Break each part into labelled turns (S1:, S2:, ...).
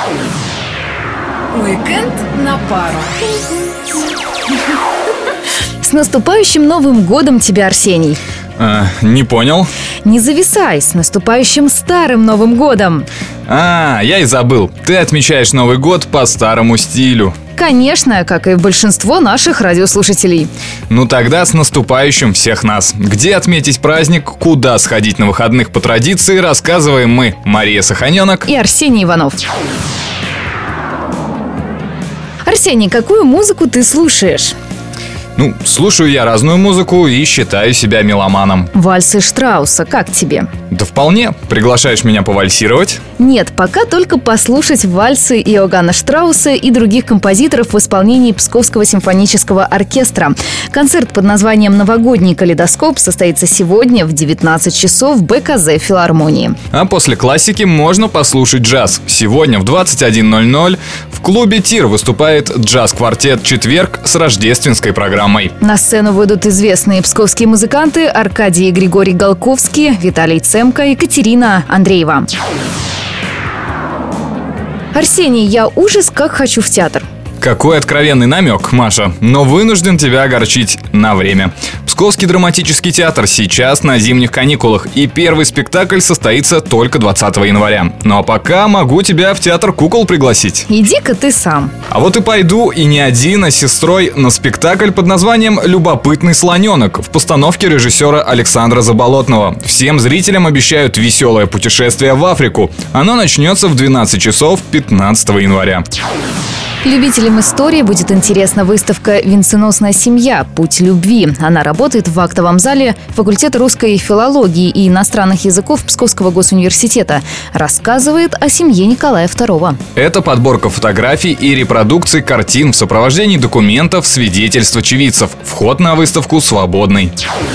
S1: Уикенд на пару.
S2: С наступающим Новым годом тебя, Арсений!
S3: Не понял.
S2: Не зависай, с наступающим Старым Новым годом!
S3: Я и забыл. Ты отмечаешь Новый год по старому стилю.
S2: Конечно, как и большинство наших радиослушателей.
S3: Ну тогда с наступающим всех нас. Где отметить праздник, куда сходить на выходных по традиции, рассказываем мы, Мария Саханенок
S2: и Арсений Иванов. Арсений, какую музыку ты слушаешь?
S3: Слушаю я разную музыку и считаю себя меломаном.
S2: Вальсы Штрауса, как тебе?
S3: Да вполне. Приглашаешь меня повальсировать?
S2: Нет, пока только послушать вальсы Иоганна Штрауса и других композиторов в исполнении Псковского симфонического оркестра. Концерт под названием «Новогодний калейдоскоп» состоится сегодня в 19 часов в БКЗ филармонии.
S3: А после классики можно послушать джаз. Сегодня в 21:00 в клубе «Тир» выступает джаз-квартет «Четверг» с рождественской программой.
S2: На сцену выйдут известные псковские музыканты Аркадий и Григорий Голковский, Виталий Цемко и Екатерина Андреева. Арсений, я ужас как хочу в театр.
S3: Какой откровенный намек, Маша, но вынужден тебя огорчить на время. Псковский драматический театр сейчас на зимних каникулах, и первый спектакль состоится только 20 января. Ну а пока могу тебя в театр кукол пригласить.
S2: Иди-ка ты сам.
S3: А вот и пойду, и не один, а с сестрой, на спектакль под названием «Любопытный слоненок» в постановке режиссера Александра Заболотного. Всем зрителям обещают веселое путешествие в Африку. Оно начнется в 12 часов 15 января.
S2: Любителям истории будет интересна выставка «Венценосная семья. Путь любви». Она работает в актовом зале факультета русской филологии и иностранных языков Псковского госуниверситета. Рассказывает о семье Николая II.
S3: Это подборка фотографий и репродукций картин в сопровождении документов, свидетельств очевидцев. Вход на выставку свободный.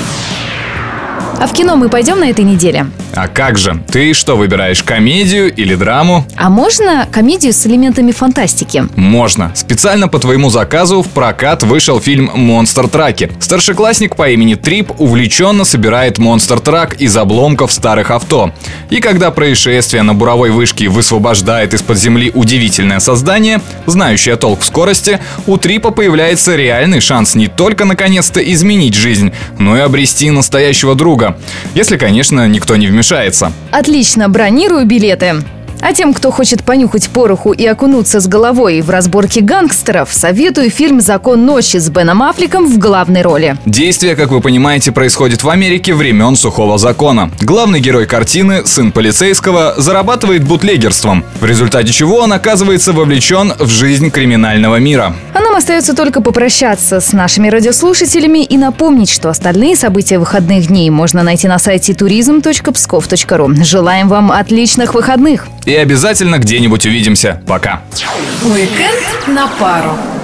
S2: А в кино мы пойдем на этой неделе?
S3: А как же? Ты что выбираешь, комедию или драму?
S2: А можно комедию с элементами фантастики?
S3: Можно. Специально по твоему заказу в прокат вышел фильм «Монстр Траки». Старшеклассник по имени Трип увлеченно собирает монстр-трак из обломков старых авто. И когда происшествие на буровой вышке высвобождает из-под земли удивительное создание, знающее толк в скорости, у Трипа появляется реальный шанс не только наконец-то изменить жизнь, но и обрести настоящего друга. Если, конечно, никто не вмешается.
S2: Отлично, бронирую билеты. А тем, кто хочет понюхать пороху и окунуться с головой в разборки гангстеров, советую фильм «Закон ночи» с Беном Аффлеком в главной роли.
S3: Действие, как вы понимаете, происходит в Америке времен сухого закона. Главный герой картины, сын полицейского, зарабатывает бутлегерством, в результате чего он оказывается вовлечен в жизнь криминального мира.
S2: А нам остается только попрощаться с нашими радиослушателями и напомнить, что остальные события выходных дней можно найти на сайте tourism.pskov.ru. Желаем вам отличных выходных!
S3: И обязательно где-нибудь увидимся. Пока.
S1: Уикенд на пару.